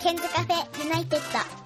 ケンズカフェユナイテッド。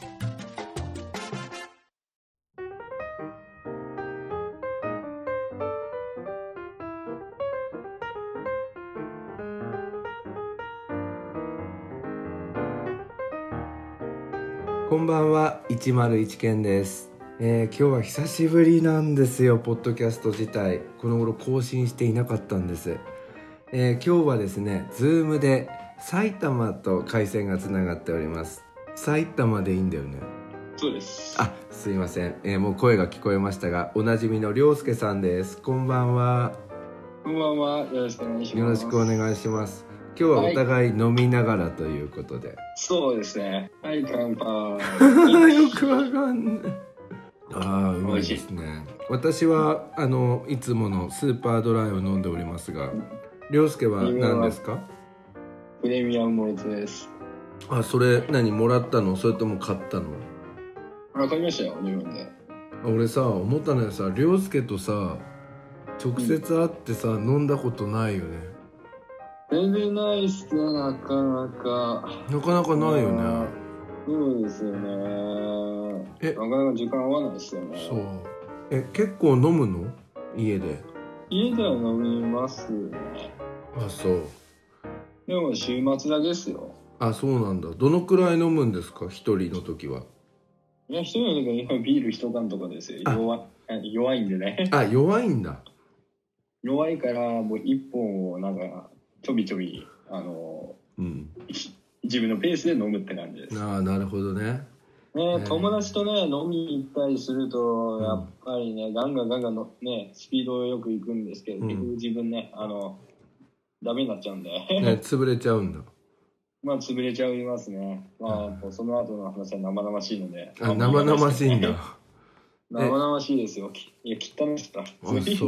こんばんは、101ケンです。今日は久しぶりなんですよ。ポッドキャスト自体この頃更新していなかったんです。今日はですね、ズームで埼玉と回線がつながっております。埼玉でいいんだよね。 そうです。 すいません、もう声が聞こえましたが、おなじみのりょうすけさんです。こんばんは。 こんばんは。よろしくお願いします。 よろしくお願いします。今日はお互い飲みながらということで、 そうですね。はい、乾杯。 よくわかんない。うまいですね。私はいつものスーパードライを飲んでおりますが、りょうすけは何ですか？ プレミアムモルツです。 それ何もらったの？それとも買ったの？ 買いましたよ、日本で。 俺さ、思ったのよさ、りょうすけとさ直接会ってさ、飲んだことないよね。 全然ないっすね、なかなかないよね。 そうですよね。なかなか時間合わないですよね。 そう。結構飲むの？家では飲みますね。 そう。 でも週末だけですよ。 そうなんだ。どのくらい飲むんですか、一人の時は？ いや、一人の時は今ビール一缶とかですよ。弱いんでね。 弱いんだ。 弱いからもう一本をなんかちょびちょび自分のペースで飲むって感じです。 なるほどね。 友達とね飲みに行ったりするとやっぱりね、ガンガンのねスピードよく行くんですけど、結局自分ねダメになっちゃうんで潰れちゃうんだ。 潰れちゃいますね。その後の話は生々しいので。 生々しいんだ。 生々しいですよ。いや、汚いしたそう。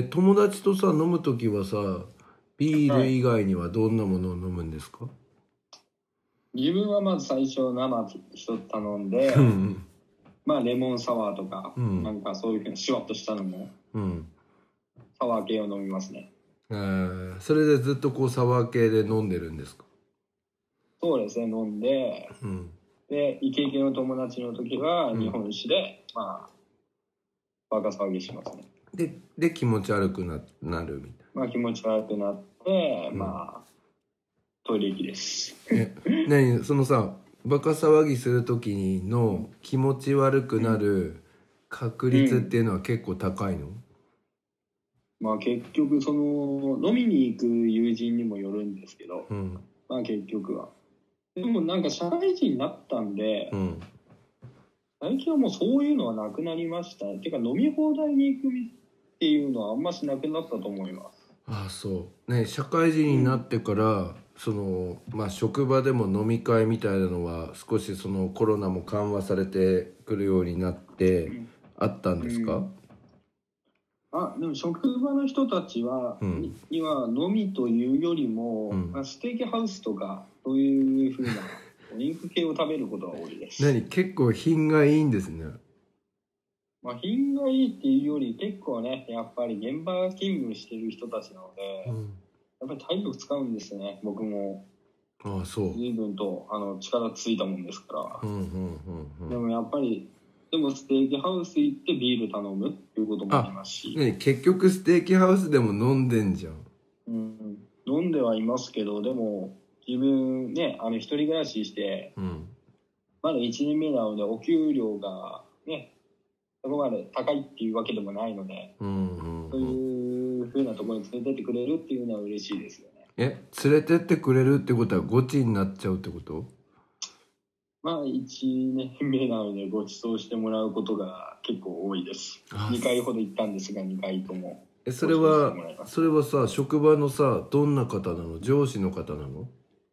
友達とさ飲むときはさ、ビール以外にはどんなものを飲むんですか？ 自分はまず最初生一つ頼んでレモンサワーとか、なんかそういうふうにシュワッとしたのも、サワー系を飲みますね。 それでずっとこうサワー系で飲んでるんですか？ そうですね、飲んで、でイケイケの友達の時は日本酒で、バカ騒ぎしますね。 で気持ち悪くなるみたいな。 気持ち悪くなって、トイレ行きです。 何そのさ、バカ騒ぎする時の気持ち悪くなる確率っていうのは結構高いの？ 結局その飲みに行く友人にもよるんですけど、結局はでもなんか社会人になったんで、最近はもうそういうのはなくなりました。てか飲み放題に行くっていうのはあんましなくなったと思います。 そうね。社会人になってから、その職場でも飲み会みたいなのは少しそのコロナも緩和されてくるようになってあったんですか？ でも職場の人たちは、には飲みというよりも、ステーキハウスとかそういうふうなお肉系を食べることが多いです。 結構品がいいんですね。 品がいいっていうより結構ね、やっぱり現場勤務してる人たちなので、やっぱり体力使うんですね。僕も随分と力ついたもんですから。でもやっぱりステーキハウス行ってビール頼むっていうこともありますし。 結局ステーキハウスでも飲んでんじゃん。 飲んではいますけど、でも自分ね一人暮らしして、まだ1年目なのでお給料がねそこまで高いっていうわけでもないので、そういう風なところに連れてってくれるっていうのは嬉しいですよね。 連れてってくれるってことはゴチになっちゃうってこと？ 1年目なのでご馳走してもらうことが結構多いです。2回ほど行ったんですが、2回とも。 それはさ、職場のさ、どんな方なの？上司の方なの？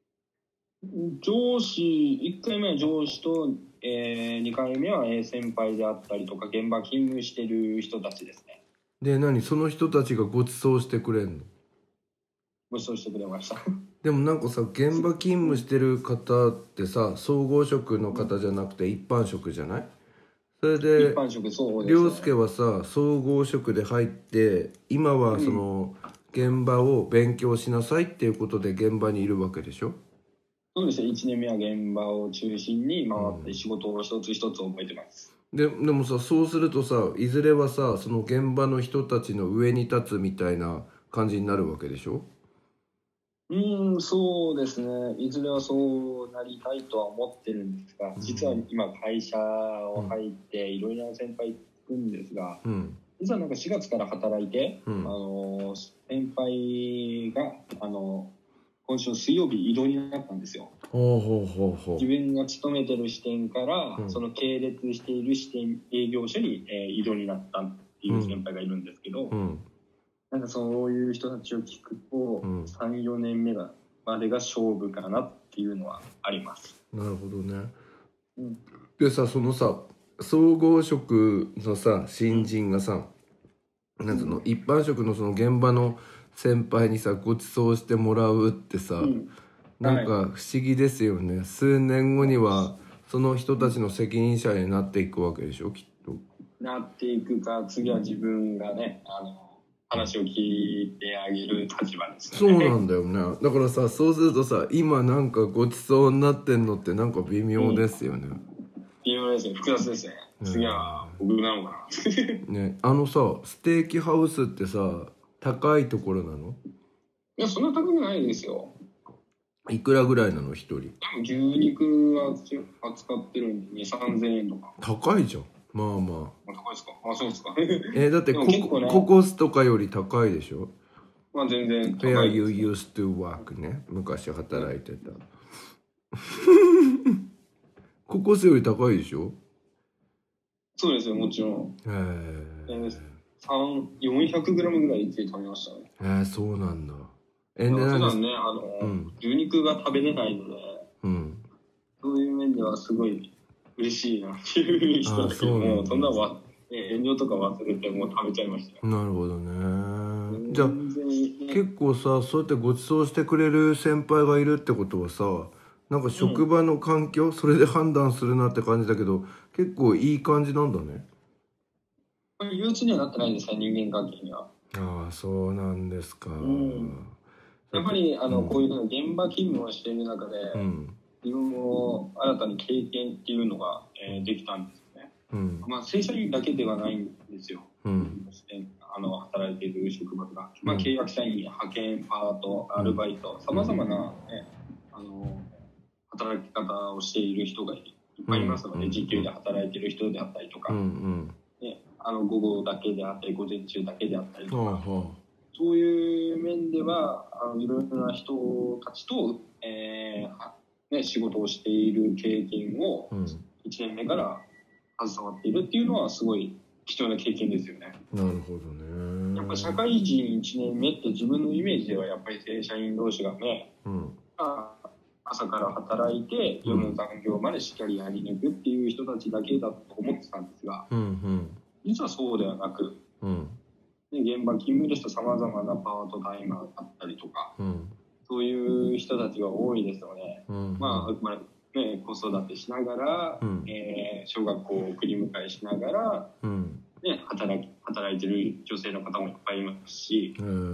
上司、1回目は上司と、2回目は先輩であったりとか現場勤務してる人たちですね。 で、その人たちがご馳走してくれんの？ ご馳走してくれました。 でもなんかさ、現場勤務してる方ってさ、総合職の方じゃなくて一般職じゃない？それで一般職、そうですね。 涼介はさ、総合職で入って今はその現場を勉強しなさいっていうことで現場にいるわけでしょ？ そうですね、1年目は現場を中心に回って仕事を一つ一つ覚えてます。 でもさ、そうするとさ、いずれはさ、その現場の人たちの上に立つみたいな感じになるわけでしょ？ そうですね。いずれはそうなりたいとは思ってるんですが、実は今会社を入っていろいろな先輩つくんですが、実はなんか4月から働いて、先輩が今週水曜日異動になったんですよ。自分が勤めてる支店から、その系列している支店営業所に、異動になったっていう先輩がいるんですけど、なんかそういう人たちを聞くと、3、4年目までが勝負かなっていうのはあります。 なるほどね。でさ、そのさ、総合職のさ、新人がさ、なんつうの、一般職のその現場の先輩にさ、ご馳走してもらうってさ、なんか不思議ですよね。数年後にはその人たちの責任者になっていくわけでしょ、きっと。 なっていくか、次は自分がね、話を聞いてあげる立場ですよね。 そうなんだよね。だからさ、そうするとさ、今なんかごちそうになってんのってなんか微妙ですよね。 微妙ですね。複雑ですね。次は僕なのかな。 ね、ステーキハウスってさ、高いところなの？ いや、そんな高くないですよ。 いくらぐらいなの、一人？ 牛肉は扱ってるんで2、3000円とか。 高いじゃん。まあまあ。 高いですか？そうですか。 だってココスとかより高いでしょ？ まあ全然高い。 Where you used to work ね。昔働いてた。ココスより高いでしょ？ そうですよ、もちろん。400g ぐらい一気に食べましたね。 そうなんだ。 普段ね、牛肉が食べれないので、そういう面ではすごい嬉しいなっていう人だけども、そんな遠慮とか忘れてもう食べちゃいました。 なるほどね。じゃあ結構さ、そうやってご馳走してくれる先輩がいるってことはさ、なんか職場の環境、それで判断するなって感じだけど、結構いい感じなんだね。 憂鬱にはなってないんですか、人間関係には。 ああ、そうなんですか。 やっぱりこういう現場勤務をしている中で、自分も新たに経験っていうのが、できたんですよね。まあ正社員だけではないんですよ。働いている職場が、契約社員、派遣、パート、アルバイト、さまざまな、働き方をしている人がいっぱいいますので、時給で働いている人であったりとか、午後だけであったり午前中だけであったりとか、そういう面ではいろいろな人たちと、仕事をしている経験を1年目から携わっているっていうのはすごい貴重な経験ですよね。 なるほどね。 やっぱ社会人1年目って自分のイメージではやっぱり正社員同士がね、朝から働いて夜の残業までしっかりやり抜くっていう人たちだけだと思ってたんですが、実はそうではなく、現場勤務ですとさまざまなパートタイマーだったりとか、そういう人たちが多いですので、子育てしながら、小学校を送り迎えしながら、働いてる女性の方もいっぱいいますし、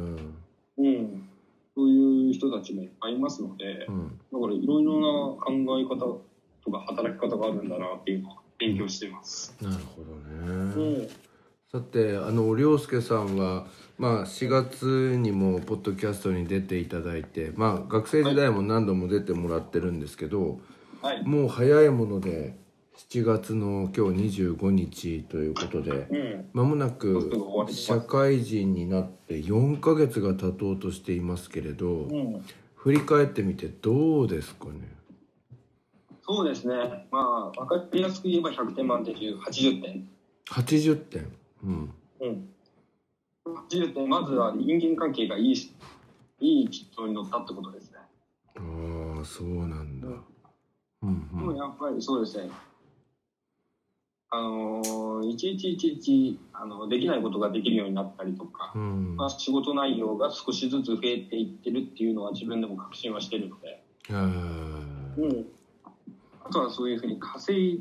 そういう人たちもいっぱいいますので、だからいろいろな考え方とか働き方があるんだなっていうのを勉強してます。 なるほどね。さて、涼介さんは、4月にもポッドキャストに出ていただいて、学生時代も何度も出てもらってるんですけど、もう早いもので7月の今日25日ということで、間もなく社会人になって4ヶ月が経とうとしていますけれど、振り返ってみてどうですかね？ そうですね、分かりやすく言えば100点満点中80点。 80点。 80点、まずは人間関係がいい軌道に乗ったってことですね。 ああ、そうなんだ。 でもやっぱりそうですね。いちいちできないことができるようになったりとか、仕事内容が少しずつ増えていってるっていうのは自分でも確信はしてるので、あとはそういうふうに稼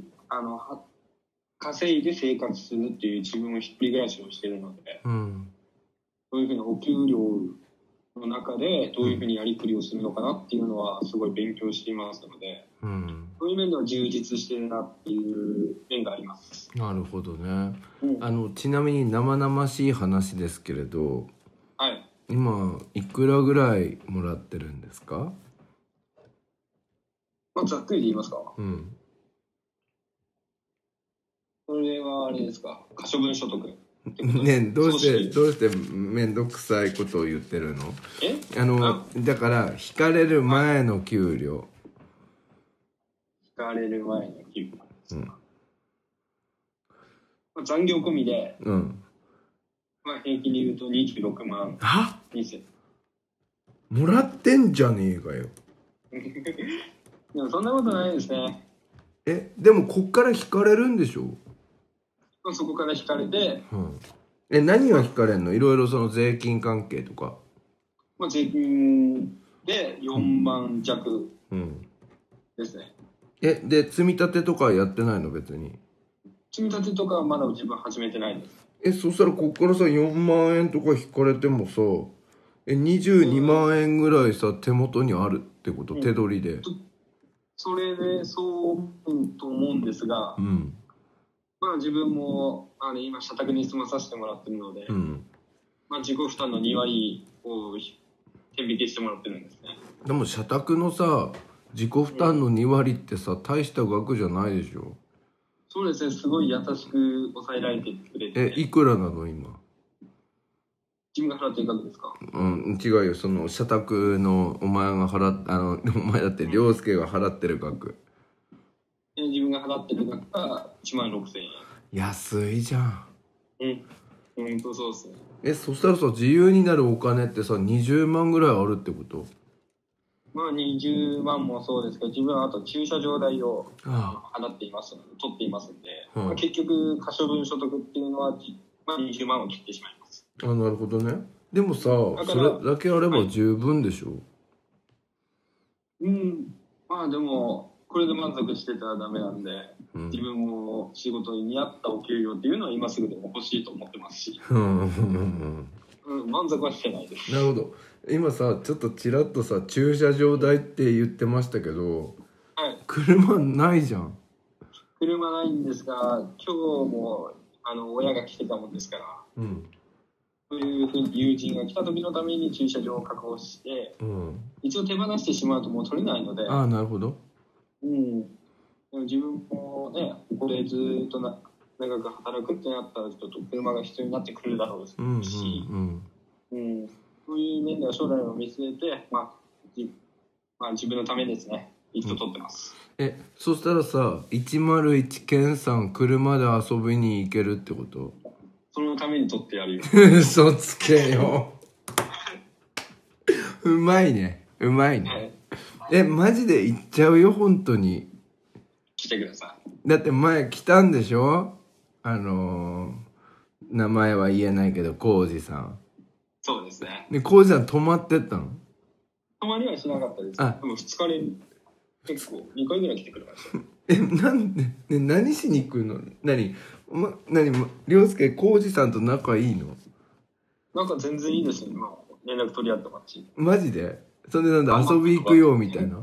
いで生活するっていう自分も一人暮らしをしてるので、そういうふうにお給料の中でどういうふうにやりくりをするのかなっていうのはすごい勉強していますので、そういう面では充実してるなっていう面があります。 なるほどね。ちなみに生々しい話ですけれど、 はい、 今いくらぐらいもらってるんですか？ ざっくりで言いますか？それはあれですか、可処分所得ね、どうしてめんどくさいことを言ってるの？だから引かれる前の給料。 引かれる前の給料。残業込みで、平均で言うと26万2000。 もらってんじゃねえかよ。 でもそんなことないですね。 でもこっから引かれるんでしょ？ そこから引かれて、 何が引かれんの？いろいろその税金関係とか。 税金で4万弱ですね。 で積み立てとかやってないの？別に積み立てとかはまだ自分始めてないです。 そしたらこっからさ4万円とか引かれてもさ22万円ぐらいさ手元にあるってこと？手取りで。 それでそうと思うんですが、自分も今社宅に住まさせてもらってるので、自己負担の2割を天引きしてもらってるんですね。 でも社宅のさ自己負担の2割ってさ大した額じゃないでしょ？ そうですね、すごい優しく抑えられてくれて、 いくらなの今？ 自分が払ってる額ですか？ 違うよ、その社宅のお前がお前だって涼介が払ってる額。 自分が払ってる額が1万6000円。 安いじゃん。 そうですね。 そしたらさ自由になるお金ってさ20万ぐらいあるってこと？ 20万もそうですけど、自分はあと駐車場代を払っていますので、取っていますので、結局可処分所得っていうのは、20万を切ってしまいます。 なるほどね。でもさそれだけあれば十分でしょ？ でもこれで満足してたらダメなんで、自分も仕事に見合ったお給料っていうのは今すぐでも欲しいと思ってますし、満足はしてないです。 なるほど。今さちょっとちらっとさ駐車場代って言ってましたけど、車ないじゃん。 車ないんですが、今日も親が来てたもんですから、そういうふうに友人が来た時のために駐車場を確保して、一応手放してしまうともう取れないので。 なるほど。 でも自分もね、ここでずっと長く働くってなったらちょっと車が必要になってくるだろうし、そういう面では将来を見据えて、自分のためですね、一度取ってます。 そしたらさ101健さん車で遊びに行けるってこと？ そのために取ってやるよ。 嘘つけよ。うまいね。マジで行っちゃうよ本当に。 来てください。 だって前来たんでしょ？名前は言えないけど浩二さん。 そうですね。 で浩二さん泊まってったの？ 泊まりはしなかったです。でも2日連結構2回ぐらい来てくれました。 なんで、何しに来るの？涼介浩二さんと仲いいの？ 全然いいですね。連絡取り合ってますし。 マジで？それで遊び行くよみたいな。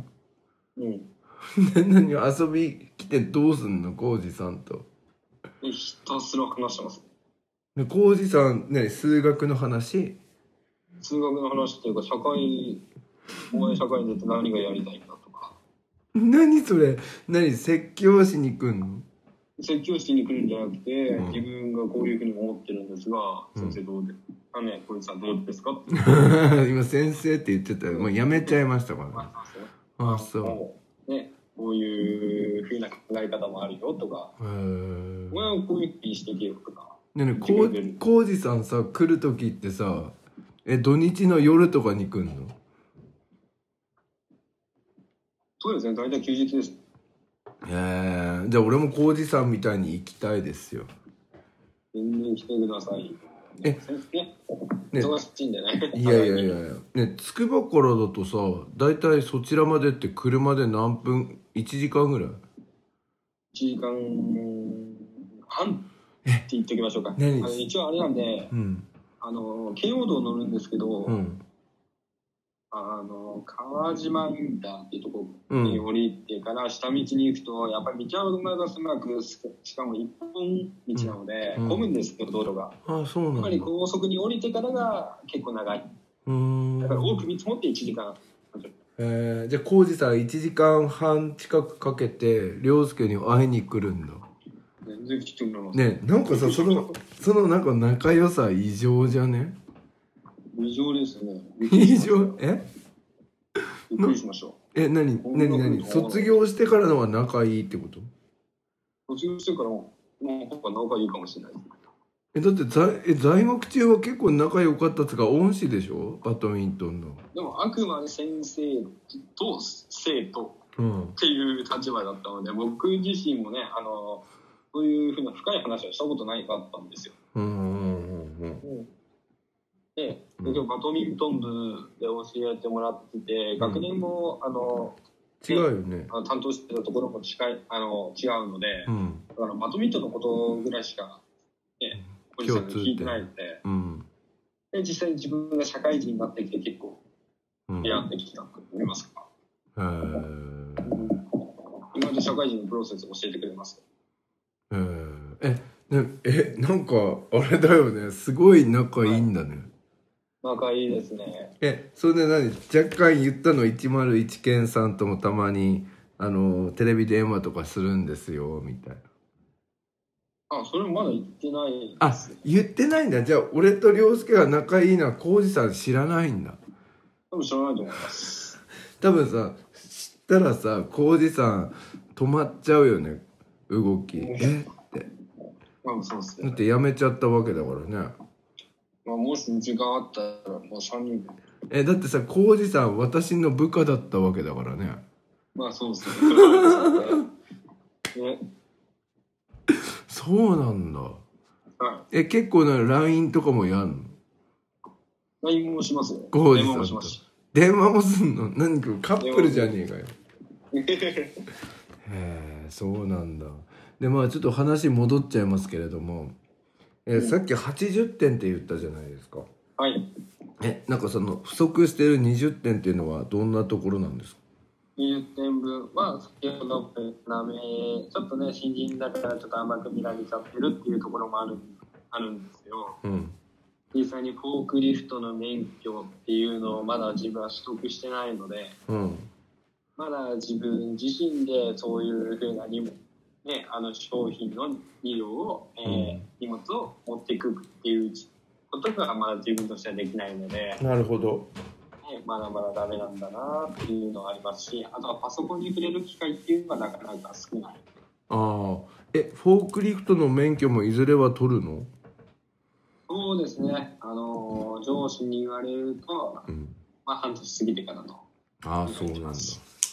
何遊び来てどうすんの浩二さんと？ ひたすら話してます。 浩二さん数学の話？ 数学の話っていうか応援社会に出て何がやりたいかとか。 何それ？説教しに来んの？ 説教しに来るんじゃなくて、自分がこういうふうに思ってるんですが、先生どうですかね、小池さんどうですかって今先生って言ってたよ。もうやめちゃいましたからね。そうね、こういうふうな考え方もあるよとか、お前はこういうふうにしてけよとか。 浩二さんさ来る時ってさ土日の夜とかに来んの？ そうですね、大体休日です。 じゃあ俺も浩二さんみたいに行きたいですよ。 全然来てください。忙しいんでね。 いやつくばからだとさ大体そちらまでって車で何分？1時間ぐらい？1 時間半って言っておきましょうか。一応あれなんで、京王道乗るんですけど、 川島インターっていうところに降りてから下道に行くと、やっぱり道幅が狭く、しかも一本道なので、混むんですよ、道路が。 そうなんだ。 やっぱり高速に降りてからが結構長い。だから多く見積もって1時間。 じゃあ浩二さん1時間半近くかけて涼介に会いに来るんだ。 全然来てもらいますね。なんかさ、そのなんか仲良さ異常じゃね？ 異常ですね。 異常？ びっくりしました。 何卒業してからのは仲いいってこと？ 卒業してからも仲いいかもしれない。 だって在学中は結構仲良かったつか恩師でしょ、バドミントンの。 でもあくまで先生と生徒っていう立場だったので、僕自身もねそういうふうな深い話はしたことないかったんですよ。で、バドミントン部で教えてもらってて、学年も違うよね。 担当してたところも違うので、だからバドミントンのことぐらいしかね、おじさんに聞いてないので、で実際に自分が社会人になってきて結構出会ってきたと思いますか。今まで社会人のプロセスを教えてくれますか。 なんかあれだよね、すごい仲いいんだね。 仲いいですね。 それで若干言ったの101健さんともたまにテレビ電話とかするんですよみたいな。 それもまだ言ってないです。 言ってないんだ。じゃあ俺と涼介が仲いいのは浩二さん知らないんだ。 多分知らないと思います。 多分さ、知ったらさ、浩二さん止まっちゃうよね、動き。って。 そうですね。 だってやめちゃったわけだからね。 もし時間あったらもう3人で。だってさ、浩二さん私の部下だったわけだからね。 そうですね。 そうなんだ。結構LINE とかもやんの？ LINE もしますよ。 電話もします。電話もすんの？何かカップルじゃねえかよ。へえ、そうなんだ。でちょっと話戻っちゃいますけれども、さっき80点って言ったじゃないですか。 はい。 なんかその不足してる20点っていうのはどんなところなんですか ？20点分は先ほどちょっとね新人だからちょっと甘く見られちゃってるっていうところもあるんですよ。実際にフォークリフトの免許っていうのをまだ自分は取得してないので、まだ自分自身でそういうふうな商品の荷量を、荷物を持っていくっていうことがまだ自分としてはできないので。 なるほど。 まだまだダメなんだなっていうのがありますし、あとはパソコンに触れる機会っていうのがなかなか少ない。 フォークリフトの免許もいずれは取るの？ そうですね。上司に言われると、半年過ぎてからと。 そうなんだ。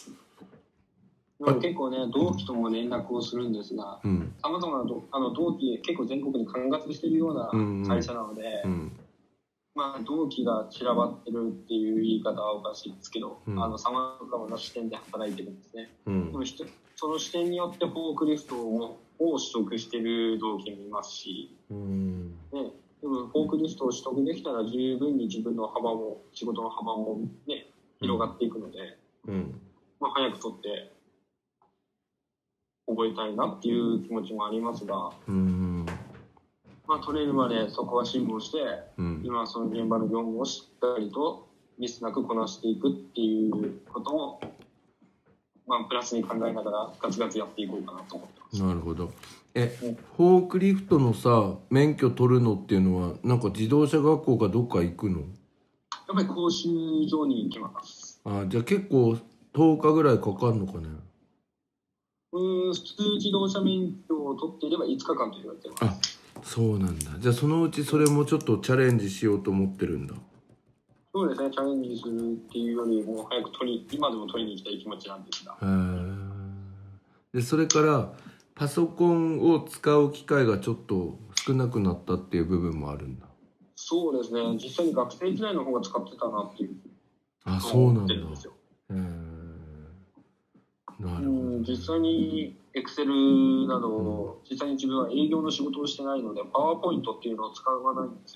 結構ね、同期とも連絡をするんですが、さまざまな同期、結構全国に管轄しているような会社なので、同期が散らばってるっていう言い方はおかしいですけど、さまざまな視点で働いてるんですね。でもその視点によってフォークリフトを取得してる同期もいますし、でもフォークリフトを取得できたら十分に自分の仕事の幅もね、広がっていくので、早く取って覚えたいなっていう気持ちもありますが、取れるまでそこは辛抱して、今その現場の業務をしっかりとミスなくこなしていくっていうことを、プラスに考えながらガツガツやっていこうかなと思ってます。 なるほど。フォークリフトのさ、免許取るのっていうのはなんか自動車学校かどっか行くの？ やっぱり講習所に行きます。 じゃあ結構10日ぐらいかかるのかね？ 普通自動車免許を取っていれば5日間と言われてます。 そうなんだ。じゃあそのうちそれもちょっとチャレンジしようと思ってるんだ。 そうですね、チャレンジするっていうよりも早く今でも取りに行きたい気持ちなんですが。 でそれからパソコンを使う機会がちょっと少なくなったっていう部分もあるんだ。 そうですね、実際に学生時代の方が使ってたなっていう。 そうなんだ。なるほど。 実際にエクセルなど実際に自分は営業の仕事をしてないのでパワーポイントっていうのを使わないんですよ。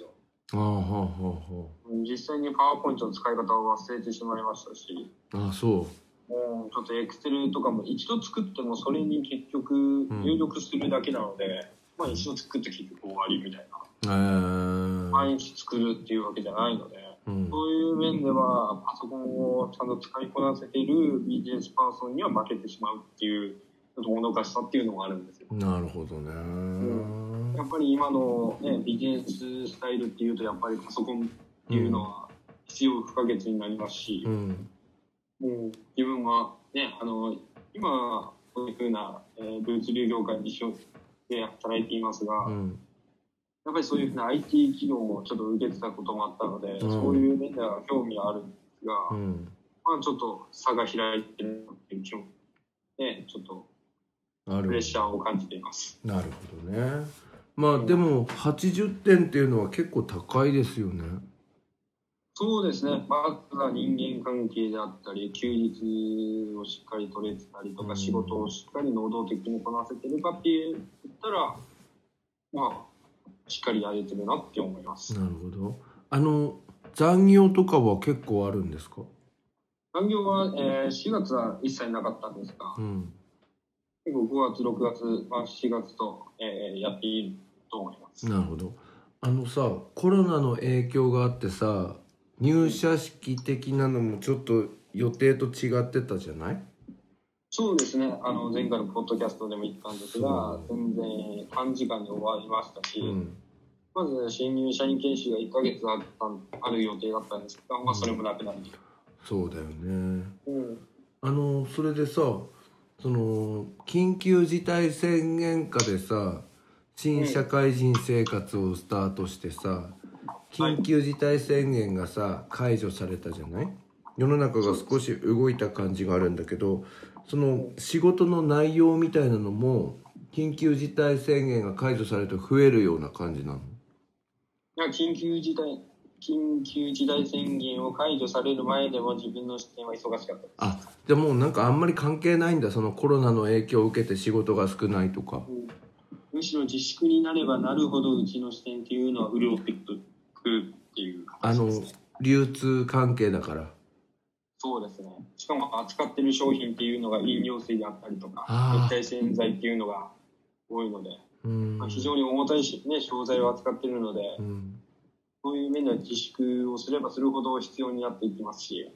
ああ、はあ、はあ、は実際にパワーポイントの使い方を忘れてしまいましたし。 あ。ああ、そう。 ちょっとエクセルとかも一度作ってもそれに結局入力するだけなので、まあ一度作って結局終わりみたいな。毎日作るっていうわけじゃないので、そういう面ではパソコンをちゃんと使いこなせているビジネスパーソンには負けてしまうっていうちょっともどかしさっていうのがあるんですよ。 なるほどね。 やっぱり今の、ね、ビジネススタイルっていうとやっぱりパソコンっていうのは必要不可欠になりますし、自分はね、今こういうふうな、物流業界に一緒で働いていますが、やっぱりそういうふうな IT 企業もちょっと受けてたこともあったので、そういう面では興味はあるんですが、まあちょっと差が開いてるっていう気もね、ちょっとプレッシャーを感じています。 なるほどね。まあでも80点っていうのは結構高いですよね。 そうですね。まずは人間関係であったり、休日をしっかり取れてたりとか、仕事をしっかり能動的にこなせてるかって言ったら、まあ、しっかりやれてるなって思います。 なるほど。残業とかは結構あるんですか？ 残業は、4月は一切なかったんですが、結構5月、6月、4月と、やっていると思います。 なるほど。さ、コロナの影響があってさ、入社式的なのもちょっと予定と違ってたじゃない？ そうですね。前回のポッドキャストでも言ったんですが、全然短時間で終わりましたし、まず新入社員研修が1ヶ月ある予定だったんですが、まあそれもなくなり。 そうだよね。それでさ、緊急事態宣言下でさ、新社会人生活をスタートしてさ、緊急事態宣言がさ解除されたじゃない？世の中が少し動いた感じがあるんだけど、その仕事の内容みたいなのも緊急事態宣言が解除されると増えるような感じなの？ いや、緊急事態宣言を解除される前でも自分の視点は忙しかったです。 あ、じゃあもうなんかあんまり関係ないんだ、そのコロナの影響を受けて仕事が少ないとか。 むしろ自粛になればなるほどうちの視点っていうのは潤ってくるっていう形ですね。 流通関係だから。 そうですね。しかも扱ってる商品っていうのが飲料水であったりとか液体洗剤っていうのが多いので、非常に重たいし、ね、商材を扱ってるので、そういう面では自粛をすればするほど必要になっていきますし、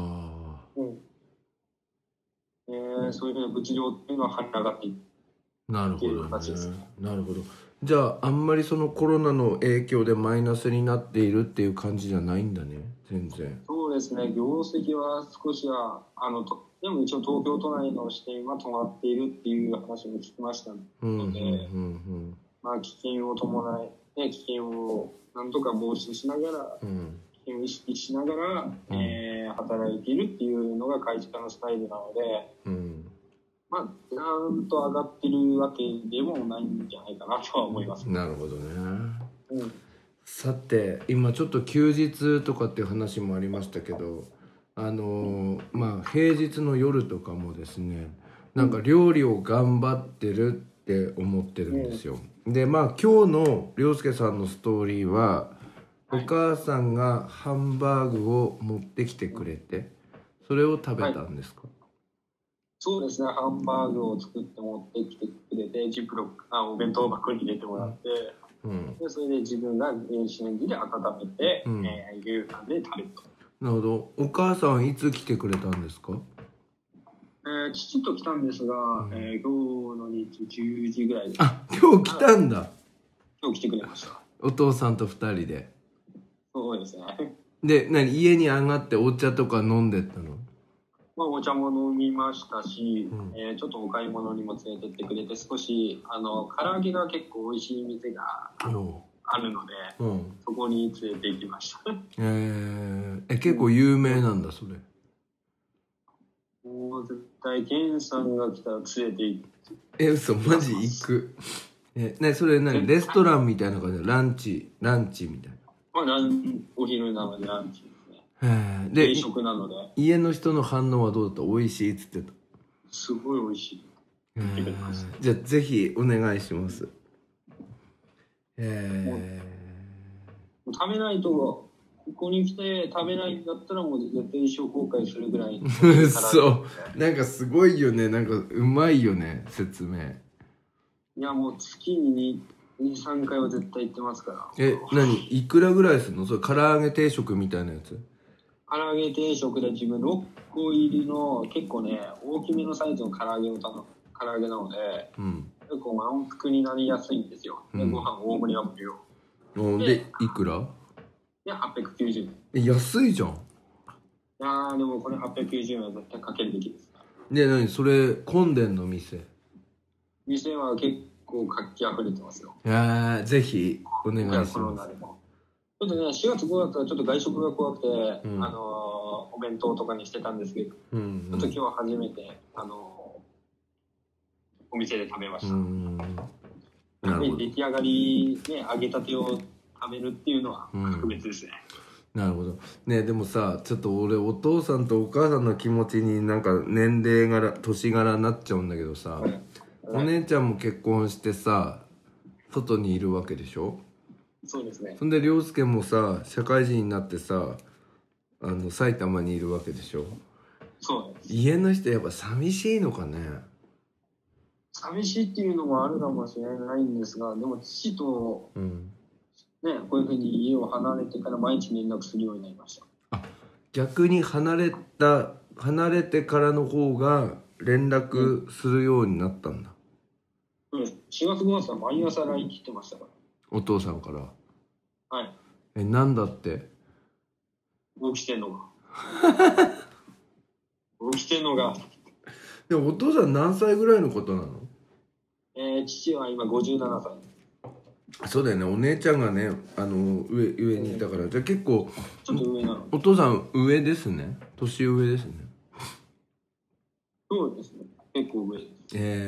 そういうふうな物量っていうのは跳ね上がっていく。 なるほどね。なるほど。じゃああんまりそのコロナの影響でマイナスになっているっていう感じじゃないんだね、全然。 そうですね。業績は少しはでも一応東京都内の支店は止まっているっていう話も聞きましたので、まあ危険を伴い、ね、危険をなんとか防止しながら、危険を意識しながら、働いているっていうのが会社のスタイルなので、まあずーんと上がってるわけでもないんじゃないかなとは思います。 なるほどね。さて今ちょっと休日とかっていう話もありましたけど、まあ平日の夜とかもですね、なんか料理を頑張ってるって思ってるんですよ。でまあ今日の涼介さんのストーリーは、お母さんがハンバーグを持ってきてくれて、それを食べたんですか？ そうですね。ハンバーグを作って持ってきてくれて、ジップロックお弁当箱に入れてもらって、でそれで自分が電子レンジで温めて、夕飯で食べると。 なるほど。お母さんはいつ来てくれたんですか？ 父と来たんですが、今日の日中10時ぐらいで。 あ、今日来たんだ。 今日来てくれました。 お父さんと2人で。 そうですね。 で、家に上がってお茶とか飲んでったの？ まあ、お茶も飲みましたし、ちょっとお買い物にも連れてってくれて、少し唐揚げが結構美味しい店があるので、そこに連れて行きました。 結構有名なんだそれ？ もう絶対ケンさんが来たら連れて行く。 嘘、マジ行く？それ何？レストランみたいな感じ？ランチみたいな。 まあお昼なのでランチ。 で定食なので。 家の人の反応はどうだった？美味しいっつってた？ すごい美味しい。 じゃあぜひお願いします。 食べないと、ここに来て食べないんだったらもう絶対一生後悔するぐらいそうなんかすごいよね、なんかうまいよね説明。 いやもう月に2、3回は絶対行ってますから。 いくらぐらいするの？それ唐揚げ定食みたいなやつ？ 唐揚げ定食で自分6個入りの結構ね大きめのサイズの唐揚げなので、結構満腹になりやすいんですよ。でご飯大盛りは無料。 でいくら？ で890 円。安いじゃん。いやでもこれ890円は絶対かけるべきです。 でそれ混んでんの？店は結構活気あふれてますよ。 ぜひお願いします。 ちょっとね、4月5月はちょっと外食が怖くて、お弁当とかにしてたんですけど、ちょっと今日は初めて、お店で食べました。やっぱり出来上がり、ね、揚げたてを食べるっていうのは格別ですね。 なるほど。ね、でもさ、ちょっと俺お父さんとお母さんの気持ちになんか年齢柄、年柄になっちゃうんだけどさ、お姉ちゃんも結婚してさ、外にいるわけでしょ？ そうですね。 そんで涼介もさ社会人になってさ埼玉にいるわけでしょ。 そうです。 家の人やっぱ寂しいのかね。 寂しいっていうのもあるかもしれないんですが、でも父と、ね、こういうふうに家を離れてから毎日連絡するようになりました。 逆に離れてからの方が連絡するようになったんだ。 4月5月は毎朝 LINE 切ってましたから。 お父さんから。 はい。 なんだって？ 起きてんのが。起きてんのが。 でもお父さん何歳ぐらいのことなの？ 父は今57歳。 そうだよね。お姉ちゃんがね上にいたから、じゃあ結構ちょっと上なの。 お父さん上ですね。年上ですね。 そうですね。結構上です。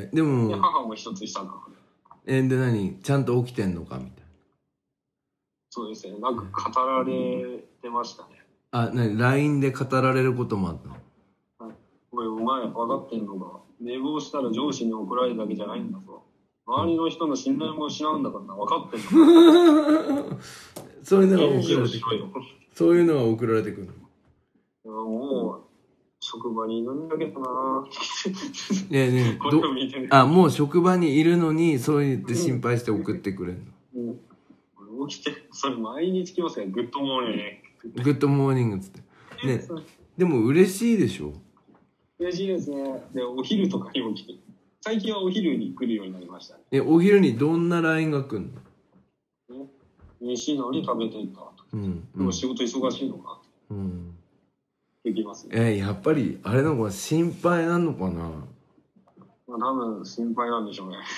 でも母も一つ下か。 で何ちゃんと起きてんのかみたいな。 そうですね。なんか語られてましたね。 何 LINE で語られることもあったの？ おいお前分かってんのか。寝坊したら上司に怒られるだけじゃないんだぞ。周りの人の信頼も失うんだからな。分かってんのか。 そういうのが送られてくる。そういうのが送られてくるの。 もう職場にいるんだけどな。 ねえもう職場にいるのにそう言って心配して送ってくれるの。起きてそれ毎日来ますね。グッドモーニング。 グッドモーニングっつってね。でも嬉しいでしょ？ 嬉しいですね。でお昼とかに起きて、最近はお昼に来るようになりましたね。 お昼にどんな LINE が来るの？ 飯なのに食べていたと。でも仕事忙しいのか。できますね。 やっぱりあれの方が心配なのかな。 多分心配なんでしょうね。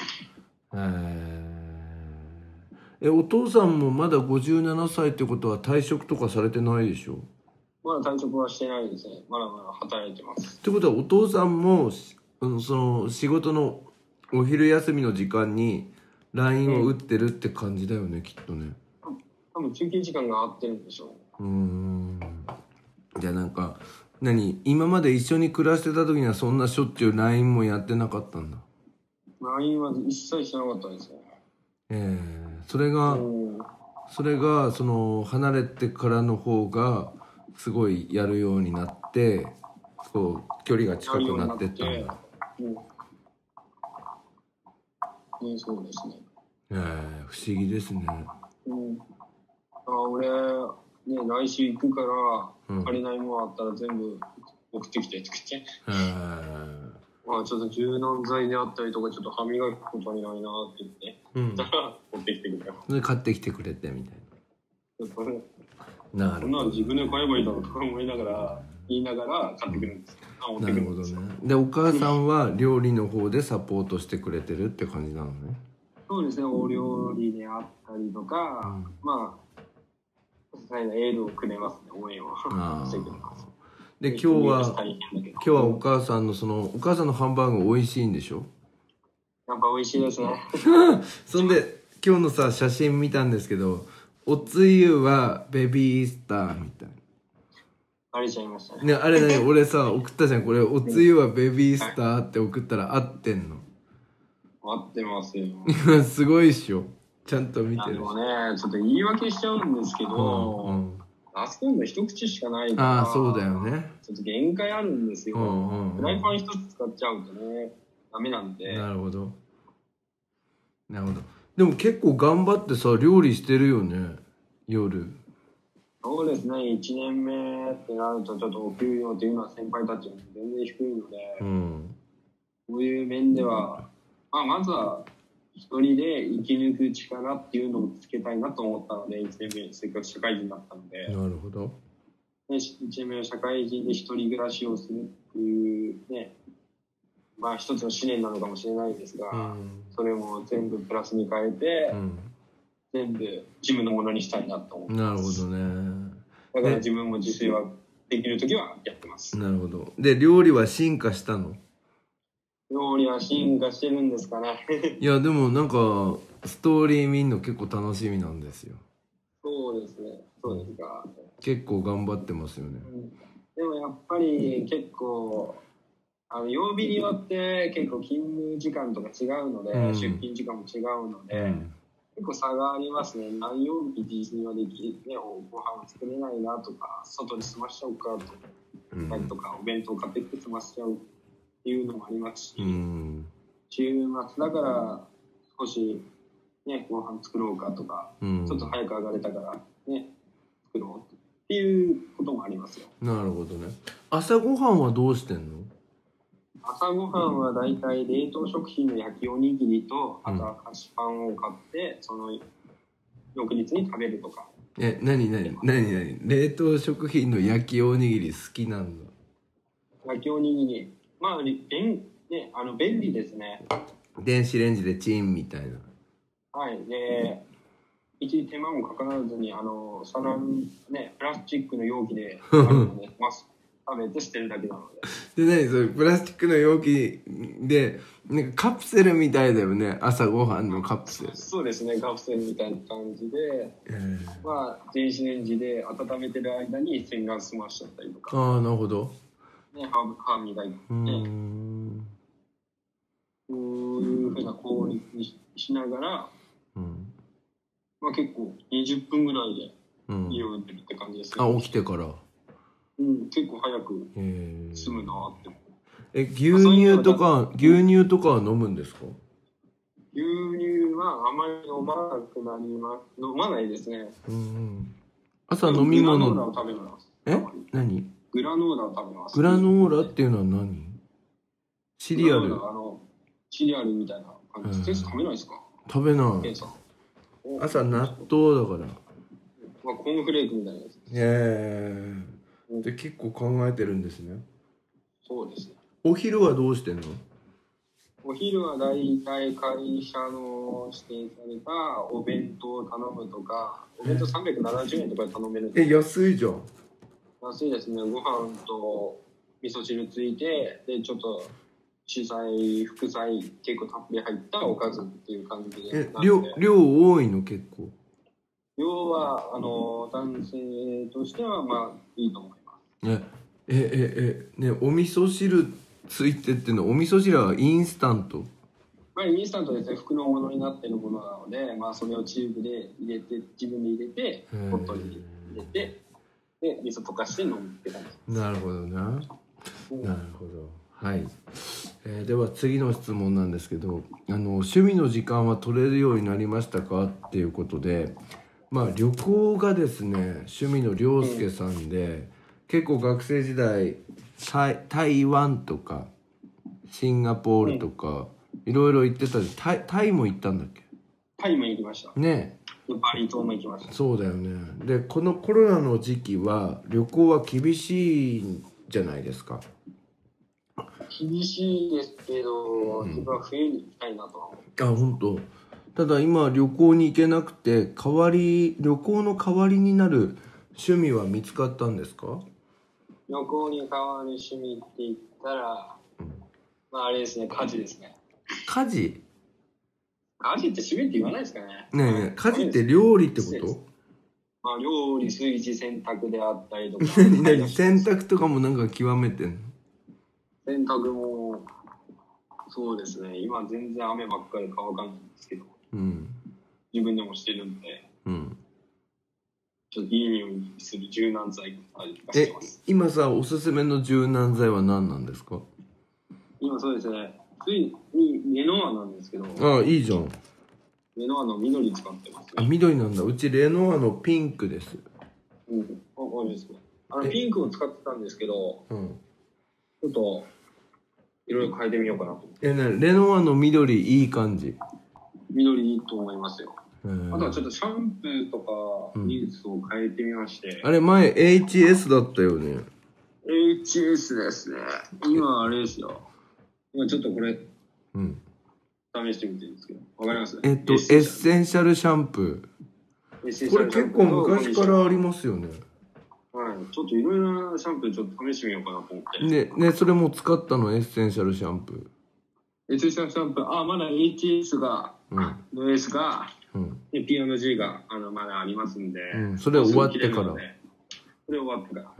お父さんもまだ57歳ってことは退職とかされてないでしょ？ まだ退職はしてないですね。まだまだ働いてます。 ってことはお父さんもその仕事のお昼休みの時間に LINE を打ってるって感じだよね、きっとね。 多分休憩時間が合ってるんでしょう。じゃあなんか今まで一緒に暮らしてた時にはそんなしょっちゅう LINE もやってなかったんだ。 LINE は一切してなかったですね。 それがその離れてからの方がすごいやるようになってこう距離が近くなってったんだ。 そうですね。 不思議ですね。 俺ね来週行くから足りないものあったら全部送ってきて作って。まあちょっと柔軟剤であったりとかちょっと歯磨くことにないなって言って、だから持ってきてくれた。 で買ってきてくれてみたいな。なるほど。そんなの自分で買えばいいだろうとか言いながら買ってくるんです。 なるほどね。でお母さんは料理の方でサポートしてくれてるって感じなのね。 そうですね。お料理であったりとか、まあエールをくれますね。応援をしてくれます。 で今日はお母さんのお母さんのハンバーグ美味しいんでしょ？ やっぱ美味しいですね。 そんで今日のさ写真見たんですけど、おつゆはベビースターみたいな。 バレちゃいましたね。 あれね俺さ送ったじゃん。これおつゆはベビースターって送ったら合ってんの？ 合ってますよ。 すごいっしょ。 ちゃんと見てるし。 でもね、ちょっと言い訳しちゃうんですけど、ガスコンロ一口しかないから、 そうだよね。 ちょっと限界あるんですよ。フライパン一つ使っちゃうとね、ダメなんで。 なるほど。なるほど。でも結構頑張ってさ、料理してるよね、夜。 そうですね、1年目ってなるとちょっとお給料っていうのは先輩たちも全然低いので、そういう面では、まずは一人で生き抜く力っていうのをつけたいなと思ったので、1年目せっかく社会人になったので、 なるほど。 で1年目の社会人で一人暮らしをするっていうね、一つの思念なのかもしれないですが、それも全部プラスに変えて、全部自分のものにしたいなと思ってます。 なるほどね。 だから自分も自炊はできるときはやってます。 なるほど。で、料理は進化したの？ 料理は進化してるんですかね。 いや、でもなんか、ストーリー見んの結構楽しみなんですよ。 そうですね。そうですか。 結構頑張ってますよね。 でもやっぱり結構、曜日によって結構勤務時間とか違うので、出勤時間も違うので、結構差がありますね。何曜日自炊はできる、ね、ご飯作れないなとか、外で済ましちゃおうかとか、とかお弁当買ってきて済ましちゃうっていうのもありますし、週末だから少し、ね、ご飯作ろうかとか、ちょっと早く上がれたから、ね、作ろうっていうこともありますよ。 なるほどね。朝ごはんはどうしてんの？ 朝ごはんはだいたい冷凍食品の焼きおにぎりと、あとは菓子パンを買って、その翌日に食べるとか。 何冷凍食品の焼きおにぎり好きなんだ。 焼きおにぎり、便利ですね。 電子レンジでチンみたいな。 はい。で、一時手間もかからずに、プラスチックの容器で、食べて捨てるだけなので。で、それプラスチックの容器で、なんかカプセルみたいだよね。朝ごはんのカプセル。 そうですね、カプセルみたいな感じで、電子レンジで温めてる間に洗顔済ましちゃったりとか。 なるほど。 ね、歯磨いて、そういうふうな効率にしながら、結構20分ぐらいで家を出るって感じですね。 起きてから。 結構早く済むなって。 牛乳とかは飲むんですか？ 牛乳はあまり飲まなくなります。飲まないですね。 朝飲み物。 グラノーラを食べます。 何？ グラノーラを食べます。 グラノーラっていうのは何？シリアル？ シリアルみたいな感じ。食べないですか？ 食べない。朝納豆だから。 コーンフレークみたいなやつ。 で結構考えてるんですね。 そうですね。 お昼はどうしてんの？ お昼はだいたい会社の指定されたお弁当を頼むとか、お弁当370円とかで頼めるんで。 安いじゃん。 安いですね。ご飯と味噌汁ついて、でちょっと主菜副菜結構たっぷり入ったおかずっていう感じで。 量多いの結構？ 量は男性としてはいいと思います。 お味噌汁ついてっての、お味噌汁はインスタント？ インスタントですね。袋物になってるものなので、それをチューブで入れて、自分で入れて、ポットに入れて、で味噌溶かして飲むって感じです。 なるほどな。なるほど。はい。では次の質問なんですけど、趣味の時間は取れるようになりましたかっていうことで、旅行がですね趣味の涼介さんで、結構学生時代台湾とかシンガポールとか、いろいろ行ってた。タイも行ったんだっけ？ タイも行きましたね。バリ島も行きました。 そうだよね。でこのコロナの時期は旅行は厳しいんじゃないですか？ 厳しいですけど、自分は冬に行きたいなとは思う。 本当。ただ今旅行に行けなくて、旅行の代わりになる趣味は見つかったんですか？ 旅行に代わる趣味って言ったら、あれですね、家事ですね。 家事って趣味って言わないですかね。 家事って料理ってこと？ 料理、炊事、洗濯であったりとか。 洗濯とかもなんか極めてんの？ 洗濯もそうですね。今全然雨ばっかり乾かないんですけど。 自分でもしてるんで、 うん、 ちょっといい匂いする柔軟剤がしてます。 今さ、おすすめの柔軟剤は何なんですか？ 今そうですね、ついにレノアなんですけど。 ああ、いいじゃん。 レノアの緑使ってます、ね。 あ、緑なんだ。うちレノアのピンクです。 うん、いいですか。ピンクを使ってたんですけど、ちょっといろいろ変えてみようかなと。 レノアの緑いい感じ。 緑いいと思いますよ。あとはちょっとシャンプーとか技術を変えてみまして。 あれ前 HS だったよね。 HS ですね。今あれですよ。今ちょっとこれ、試してみてるんですけど、わかります？ エッセンシャルシャンプー。これ結構昔からありますよね。 はい、ちょっといろいろなシャンプーちょっと試してみようかなと思って。 ね、それも使ったの？エッセンシャルシャンプー。エッセンシャルシャンプー、まだ HS が、の S が、で P&G がまだありますんで、 それ終わってから。 それ終わってから。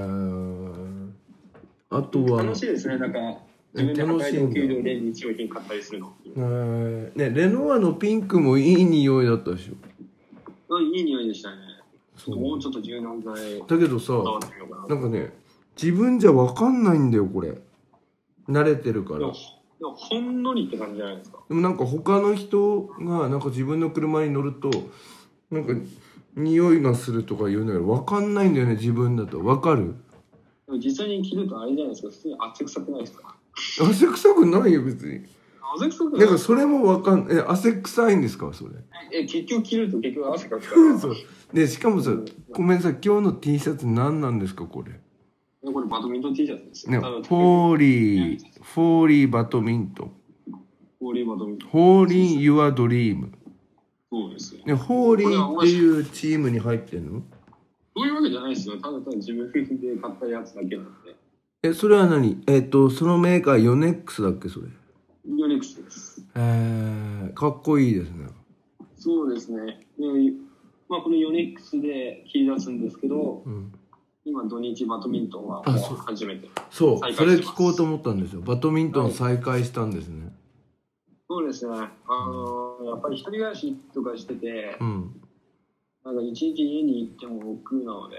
あとは楽しいですね。なんか自分で働いてお給料で日用品買ったりするの。 ね、レノアのピンクもいい匂いだったでしょ。 いい匂いでしたね。もうちょっと柔軟剤。 だけどさ、なんかね、自分じゃ分かんないんだよこれ。慣れてるから。 ほんのりって感じじゃないですか。 でもなんか他の人がなんか自分の車に乗るとなんか匂いがするとか言うんだけど分かんないんだよね、自分だと。分かる？ でも実際に着るとあれじゃないですか。普通に汗臭くないですか？ 汗臭くないよ別に。 汗臭くない。 なんかそれも分かんない。汗臭いんですかそれ？ 結局着ると結局汗かくから。 そうでしかもさ、ごめんなさい、今日の T シャツ何なんですかこれ？ これバドミントン T シャツですね。フォーリーバドミントン。 ホーリーバドミントン。 ホーリーユアドリーム。 そうですね。ホーリーっていうチームに入ってんの？ そういうわけじゃないですよ。ただ自分で買ったやつだけなんで。 それは何？そのメーカーヨネックスだっけそれ？ ヨネックスです。 かっこいいですね。 そうですね。このヨネックスで切り出すんですけど、今土日バドミントンはもう初めて。 そう、それ聞こうと思ったんですよ。バドミントン再開したんですね。 そうですね。やっぱり一人暮らしとかしてて、なんか一日家に行っても億劫なので、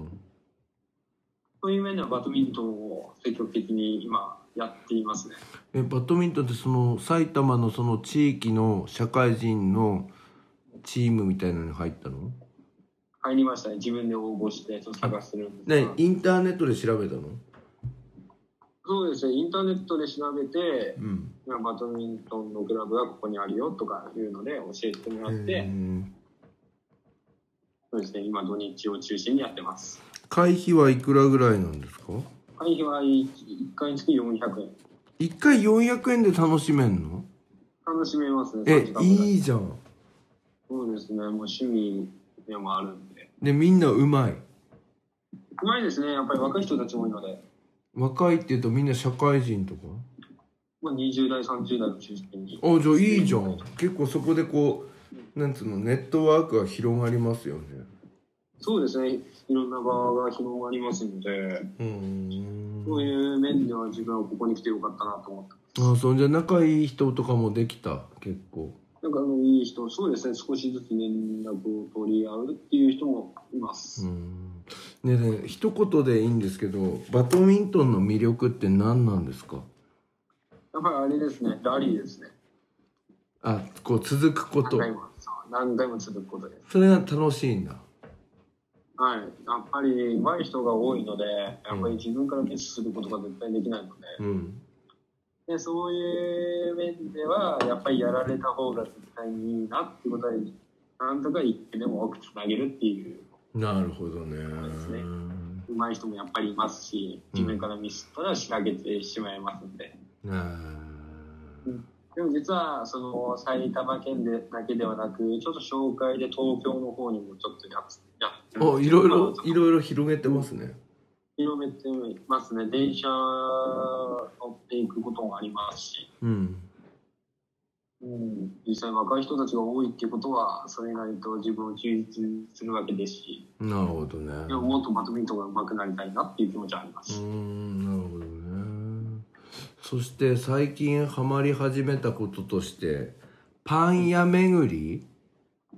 そういう面ではバドミントンを積極的に今やっていますね。 バドミントンってその埼玉のその地域の社会人のチームみたいなのに入ったの？ 入りましたね。自分で応募してちょっと探してるんですが。 インターネットで調べたの？ そうですね。インターネットで調べて、バドミントンのクラブがここにあるよとかいうので教えてもらって、そうですね。今土日を中心にやってます。 会費はいくらぐらいなんですか？ 会費は1回につき400円。 1回400円で楽しめんの？ 楽しめますね。 いいじゃん。 そうですね。もう趣味でもあるんで。 で、みんなうまい。 うまいですね。やっぱり若い人たち多いので。 若いって言うとみんな社会人とか ？20代、30代を中心に。 じゃあいいじゃん。結構そこでこう、なんつうの、ネットワークが広がりますよね。 そうですね。いろんな場が広がりますので、そういう面では自分はここに来てよかったなと思ってます。 そう、じゃあ仲いい人とかもできた、結構。 仲のいい人、そうですね。少しずつ連絡を取り合うっていう人もいます。 ねえ、一言でいいんですけど、バドミントンの魅力って何なんですか？ やっぱりあれですね。ラリーですね。 こう続くこと。 何回も続くことです。 それが楽しいんだ。 はい。やっぱり上手い人が多いので、やっぱり自分からミスすることが絶対できないので、でそういう面ではやっぱりやられた方が絶対にいいなってことはなんとか一手でも多くつなげるっていう。 なるほどね。 上手い人もやっぱりいますし、自分からミスったら仕掛けてしまいますんで。でも実はその埼玉県でだけではなく、ちょっと紹介で東京の方にもちょっとやっていろいろ広げてますね。 広めてますね。電車乗っていくこともありますし、実際若い人たちが多いっていうことはそれなりと自分を充実するわけですし。 なるほどね。 でももっとバドミントンが上手くなりたいなっていう気持ちはあります。 なるほどね。そして最近ハマり始めたこととしてパン屋巡り。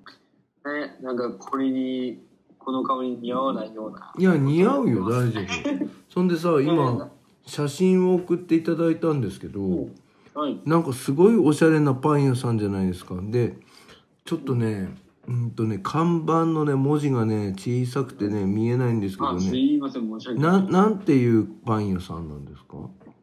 なんかこの顔に似合わないような。 いや似合うよ大丈夫。そんでさ今写真を送っていただいたんですけど、 はい、 なんかすごいおしゃれなパン屋さんじゃないですか。でちょっとね看板のね文字がね小さくてね見えないんですけどね。 すいません申し訳ない。 なんていうパン屋さんなんですか？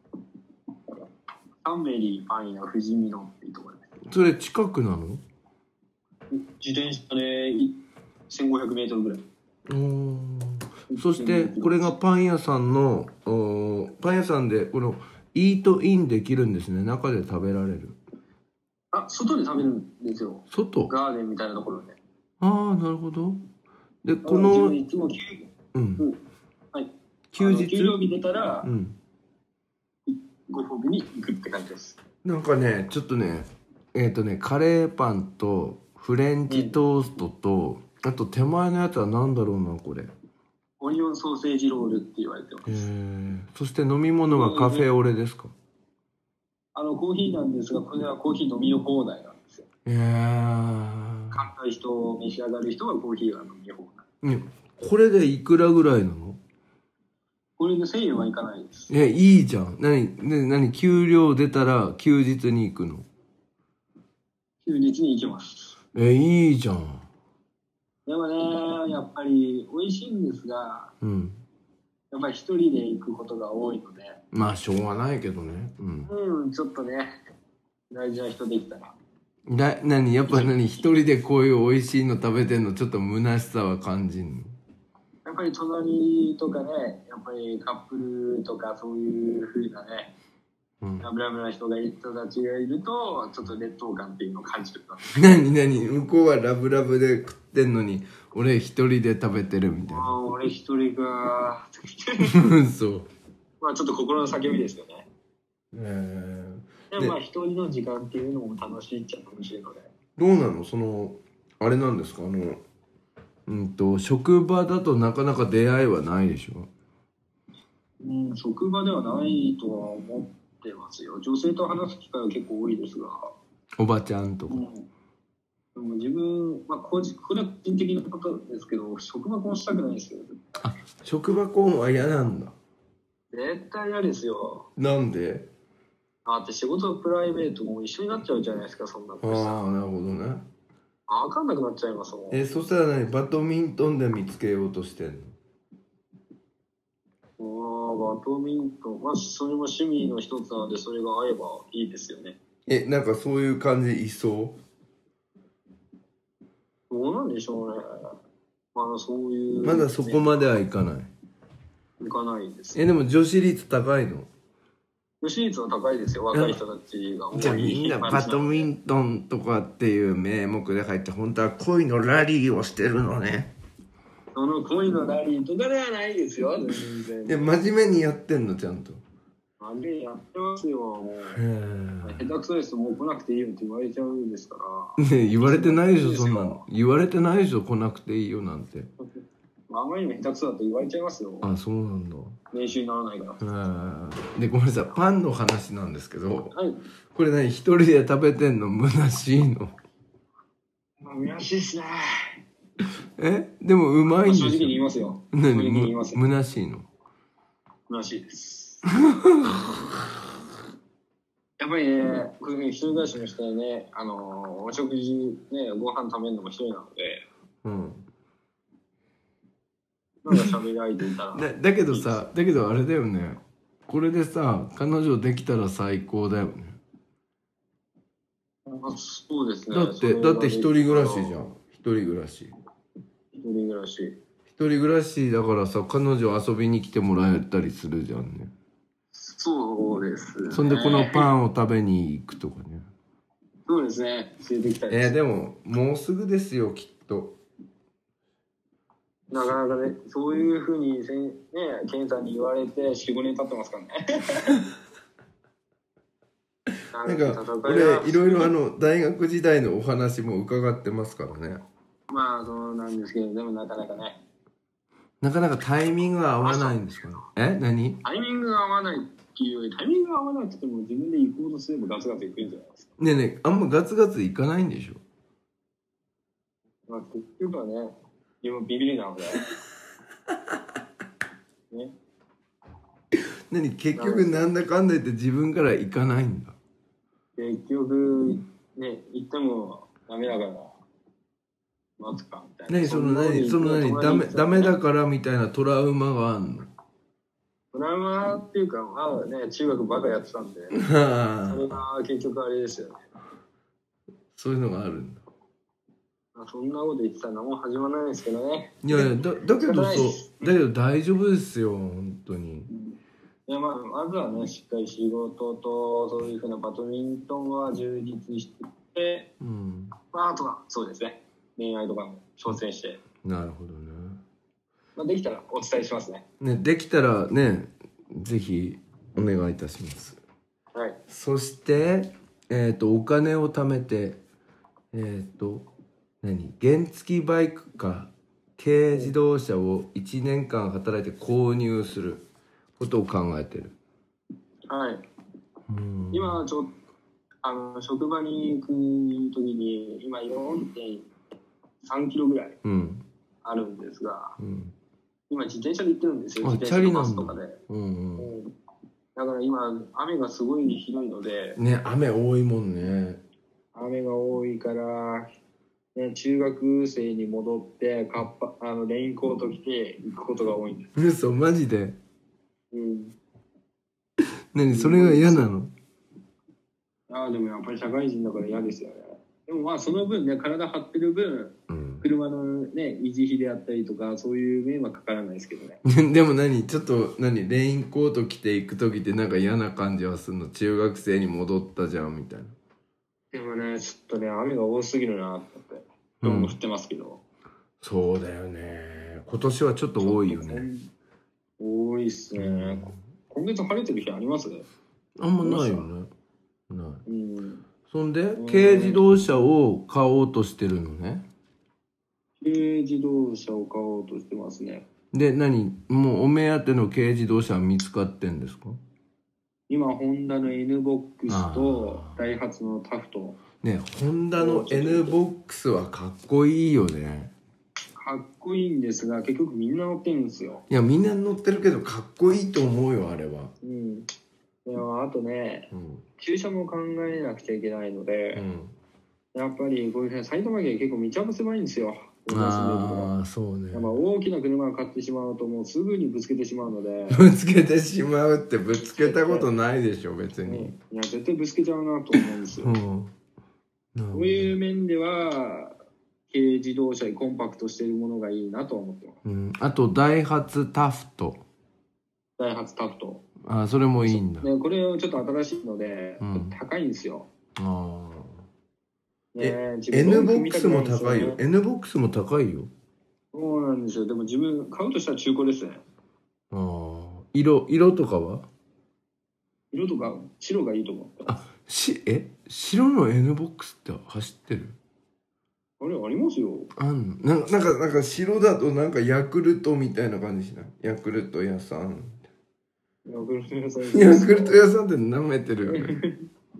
サンメリーパン屋富士見野っていうところです。 それ近くなの？ 自転車で1500メートルぐらい。 そしてこれがパン屋さんのパン屋さんでこのイートインできるんですね。中で食べられる。 外で食べるんですよ。 外？ ガーデンみたいなところで。 ああなるほど。でこのいつもはい、 休日給料日出たら、ご褒美に行くって感じです。 なんかねちょっとねカレーパンとフレンチトーストと、あと手前のやつは何だろうなこれ。 オニオンソーセージロールって言われてます。 そして飲み物がカフェオレですか？ コーヒーなんですが、これはコーヒー飲み放題なんですよ。乾杯人を召し上がる人はコーヒーが飲み放題。 これでいくらぐらいなの？ これで1000円はいかないです。 いいじゃん。何給料出たら休日に行くの？ 休日に行きます。 いいじゃん。 でもねやっぱり美味しいんですが、やっぱり一人で行くことが多いので、 まあしょうがないけどね。 ちょっとね大事な人できたら。 やっぱ一人でこういう美味しいの食べてんのちょっと虚しさは感じんの？ やっぱり隣とかね、やっぱりカップルとかそういう風なね、ラブラブな人たちがいるとちょっと劣等感っていうのを感じる。 向こうはラブラブで食ってんのに俺一人で食べてるみたいな。 俺一人かそうまあちょっと心の叫びですよね。でもまあ一人の時間っていうのも楽しいっちゃ楽しいので。 どうなのあれなんですか職場だとなかなか出会いはないでしょ？ 職場ではないとは思ってますよ。女性と話す機会は結構多いですが。 おばちゃんとか。 でも自分、これは個人的なことですけど、職場婚したくないですよ。 職場婚は嫌なんだ。 絶対嫌ですよ。 なんで？ だって仕事とプライベートも一緒になっちゃうじゃないですか、そんなことさ。 なるほどね。 分かんなくなっちゃいますもん。 そしたらバドミントンで見つけようとしてんの？ バドミントン、それも趣味の一つなので、それが合えばいいですよね。 なんかそういう感じいそう？ どうなんでしょうね。そういう、 まだそこまではいかない。 いかないです。 でも女子率高いの？ 女子率は高いですよ。若い人たちが多い。 じゃあみんなバドミントンとかっていう名目で入って本当は恋のラリーをしてるのね。 その恋のラリーとかではないですよ。全然。 真面目にやってんのちゃんと？ 真面目にやってますよ。もう下手くそですともう来なくていいよって言われちゃうんですから。 言われてないでしょそんなの。言われてないでしょ来なくていいよなんて。 あまりにも下手くそだと言われちゃいますよ。 そうなんだ。 練習にならないから。 でごめんなさいパンの話なんですけど、これ一人で食べてんの虚しいの？ 虚しいっすね。 でもうまいんでしょ？ 正直に言いますよ。 虚しいの？ 虚しいです。やっぱりね、こういうふうに一人暮らしの人でね、お食事ね、ご飯食べるのも一人なので。なんか喋り相手いたらだけどあれだよね。これでさ彼女できたら最高だよね。 そうですね。 だって一人暮らしじゃん。一人暮らしだからさ彼女遊びに来てもらえたりするじゃんね。 そうですね。 そんでこのパンを食べに行くとかね。 そうですね。連れてきたいです。 でももうすぐですよきっと。 なかなかね、そういうふうにケンさんに言われて 4,5 年経ってますからね。 なんか俺いろいろ大学時代のお話も伺ってますからね。 そうなんですけど、でもなかなかね。 なかなかタイミングが合わないんですかね。何？ タイミングが合わないっていうより、タイミングが合わないって言っても自分で行こうとすればガツガツ行くんじゃないですか。 ねあんまガツガツ行かないんでしょ？ まあ結局はね、自分ビビりなので。ね。 何結局なんだかんだ言って自分から行かないんだ。 結局ね、行ってもダメだから待つかみたいな。 何そのダメだからみたいなトラウマがあんの？ トラウマっていうか、まあね、中学バカやってたんで、それが結局あれですよね。 そういうのがあるんだ。 そんなこと言ってたら何も始まらないですけどね。 いやいや、だけど大丈夫ですよ、本当に。 いや、まずはね、しっかり仕事とそういうふうなバドミントンは充実して、あとはそうですね、恋愛とかも挑戦して。 なるほどね。 できたらお伝えしますね。 できたらね、ぜひお願いいたします。 はい。 そしてお金を貯めて原付バイクか軽自動車を1年間働いて購入することを考えてる。 はい。今は職場に行く時に今 4.3 キロぐらいあるんですが、今自転車で行ってるんですよ。自転車のバスとかで。だから今雨がすごいひどいのでね、雨多いもんね。 雨が多いからね、中学生に戻ってレインコート着て行くことが多いんです。 嘘、マジで？何それが嫌なの？ でもやっぱり社会人だから嫌ですよね。でもまあその分ね、体張ってる分、車のね維持費であったりとかそういう面はかからないですけどね。 でもちょっとレインコート着ていく時ってなんか嫌な感じはするの？中学生に戻ったじゃんみたいな。 でもね、ちょっとね、雨が多すぎるなって。今日も降ってますけど。 そうだよね。今年はちょっと多いよね。 多いっすね。今月晴れてる日あります？ あんまないよね。ない。そんで軽自動車を買おうとしてるのね。 軽自動車を買おうとしてますね。 で、もうお目当ての軽自動車は見つかってんですか？ 今ホンダの N ボックスとダイハツのタフト。 ね、ホンダの N ボックスはかっこいいよね。 かっこいいんですが結局みんな乗ってるんですよ。 いや、みんな乗ってるけどかっこいいと思うよ、あれは。 でもあとね、駐車も考えなくちゃいけないので、やっぱりこういうふうに埼玉県結構道幅狭いんですよ。 そうね。 大きな車を買ってしまうともうすぐにぶつけてしまうので。 ぶつけてしまうってぶつけたことないでしょ別に。 いや絶対ぶつけちゃうなと思うんですよ。そういう面では軽自動車にコンパクトしているものがいいなと思ってます。 あとダイハツタフト。 ダイハツタフト。 それもいいんだ。 これちょっと新しいので、高いんですよ。 N ボックスも高いよ。N ボックスも高いよ。 そうなんですよ。でも自分買うとしたら中古ですね。 色とかは？ 色とか白がいいと思った。 白の N ボックスって走ってる？ あれありますよ。 なんか白だとなんかヤクルトみたいな感じしない？ヤクルト屋さん。ヤクルト屋さんって舐めてるよね。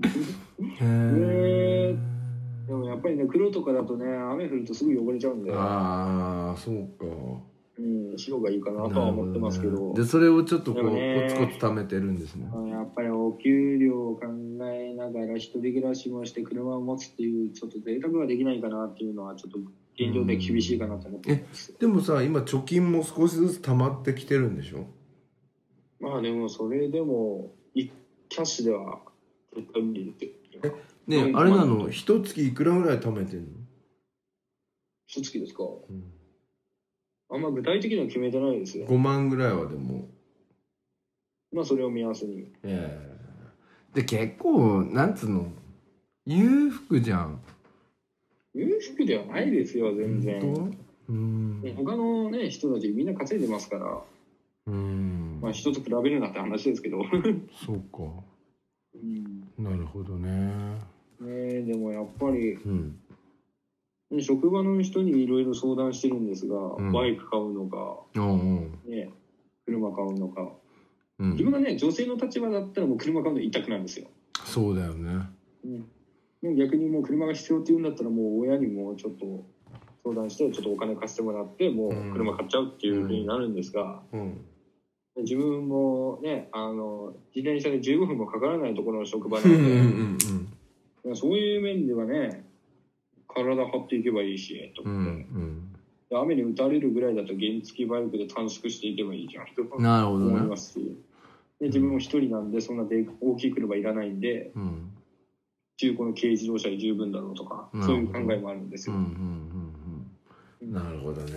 でもやっぱりね、黒とかだとね、雨降るとすぐ汚れちゃうんで。 そうか。 白がいいかなとは思ってますけど。 で、それをちょっとコツコツ貯めてるんですね。 やっぱりお給料を考えながら一人暮らしもして車を持つっていうちょっと贅沢はできないかなっていうのはちょっと現状で厳しいかなと思ってます。 でもさ、今貯金も少しずつ溜まってきてるんでしょ？ でもそれでもキャッシュでは絶対無理ですよ。 ねえ、あれなの？一月いくらぐらい貯めてんの？ 一月ですか？あんま具体的には決めてないですよ。 5万ぐらいはでも。 それを目安に。 で、結構、なんつうの？裕福じゃん。 裕福ではないですよ、全然。他のね、人たちみんな稼いでますから。人と比べるなって話ですけど。 そうか。なるほどね。 でもやっぱり、職場の人にいろいろ相談してるんですが、バイク買うのか、車買うのか、自分がね、女性の立場だったらもう車買うの一択なんですよ。 そうだよね。 逆にもう車が必要って言うんだったらもう親にもちょっと相談してちょっとお金貸してもらってもう車買っちゃうっていう風になるんですが、自分もね自転車で15分もかからないところの職場なのでそういう面ではね体張っていけばいいしと思って、雨に打たれるぐらいだと原付バイクで短縮していけばいいじゃんと思いますし、で自分も一人なんでそんな大きい車いらないんで、中古の軽自動車で十分だろうとかそういう考えもあるんですよ。 なるほどね。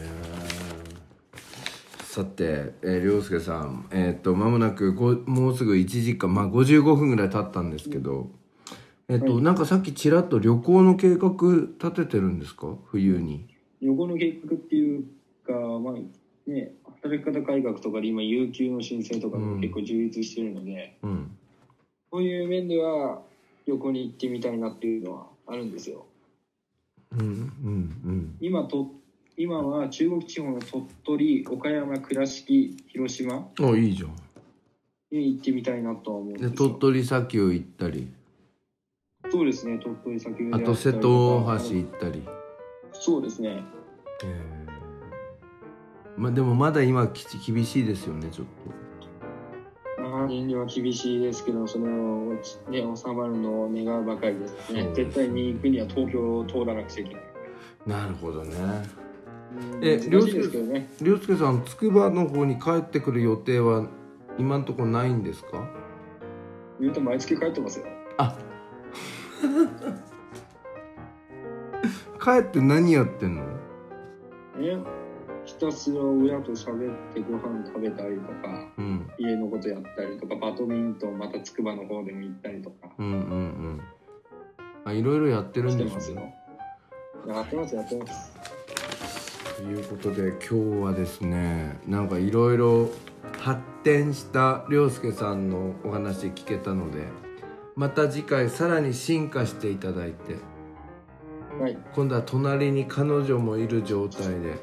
さて、涼介さん、間もなくもうすぐ1時間、55分ぐらい経ったんですけど、なんかさっきちらっと旅行の計画立ててるんですか？冬に。 旅行の計画っていうか、働き方改革とかで今有給の申請とかも結構充実してるので、そういう面では旅行に行ってみたいなっていうのはあるんですよ。今は中国地方の鳥取、岡山、倉敷、広島いいじゃんに行ってみたいなとは思うんですよ。 鳥取砂丘行ったり。 そうですね、鳥取砂丘であと瀬戸大橋行ったり。 そうですね。 でもまだ今厳しいですよね、ちょっと。現状は厳しいですけど、それを、ね、収まるのを願うばかりですね。絶対に行くには東京を通らなくちゃいけない。 なるほどね。涼介さん、つくばの方に帰ってくる予定は今のところないんですか？ 言うと毎月帰ってますよ。 帰って何やってんの？ ひたすら親と喋ってご飯食べたりとか、家のことやったりとか、バドミントンまたつくばの方でも行ったりとか、 いろいろやってるんですよ。 やってます。 ということで今日はですね、なんかいろいろ発展した涼介さんのお話聞けたので、また次回さらに進化していただいて、今度は隣に彼女もいる状態で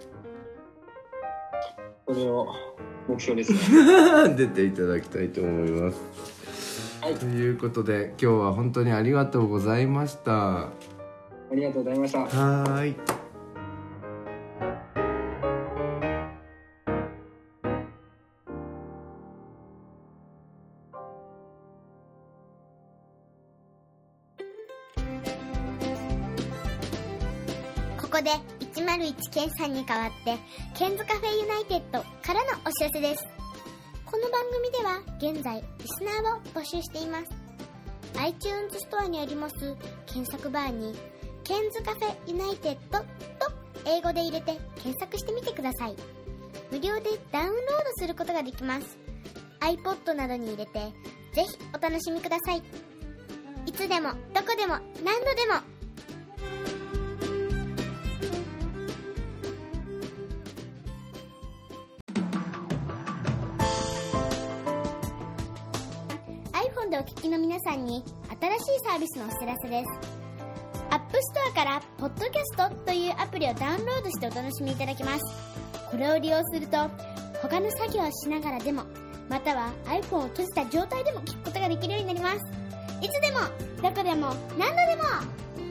それを目標ですね出ていただきたいと思います。ということで今日は本当にありがとうございました。 ありがとうございました。 はい。 ここで101ケンさんに代わってケンズカフェユナイテッドからのお知らせです。この番組では現在リスナーを募集しています。 iTunes ストアにあります検索バーにケンズカフェユナイテッドと英語で入れて検索してみてください。無料でダウンロードすることができます。 iPod などに入れてぜひお楽しみください。いつでもどこでも何度でもお聞きの皆さんに新しいサービスのお知らせです。アップストアからポッドキャストというアプリをダウンロードしてお楽しみいただけます。これを利用すると他の作業をしながらでも、または iPhone を閉じた状態でも聞くことができるようになります。いつでもどこでも何度でも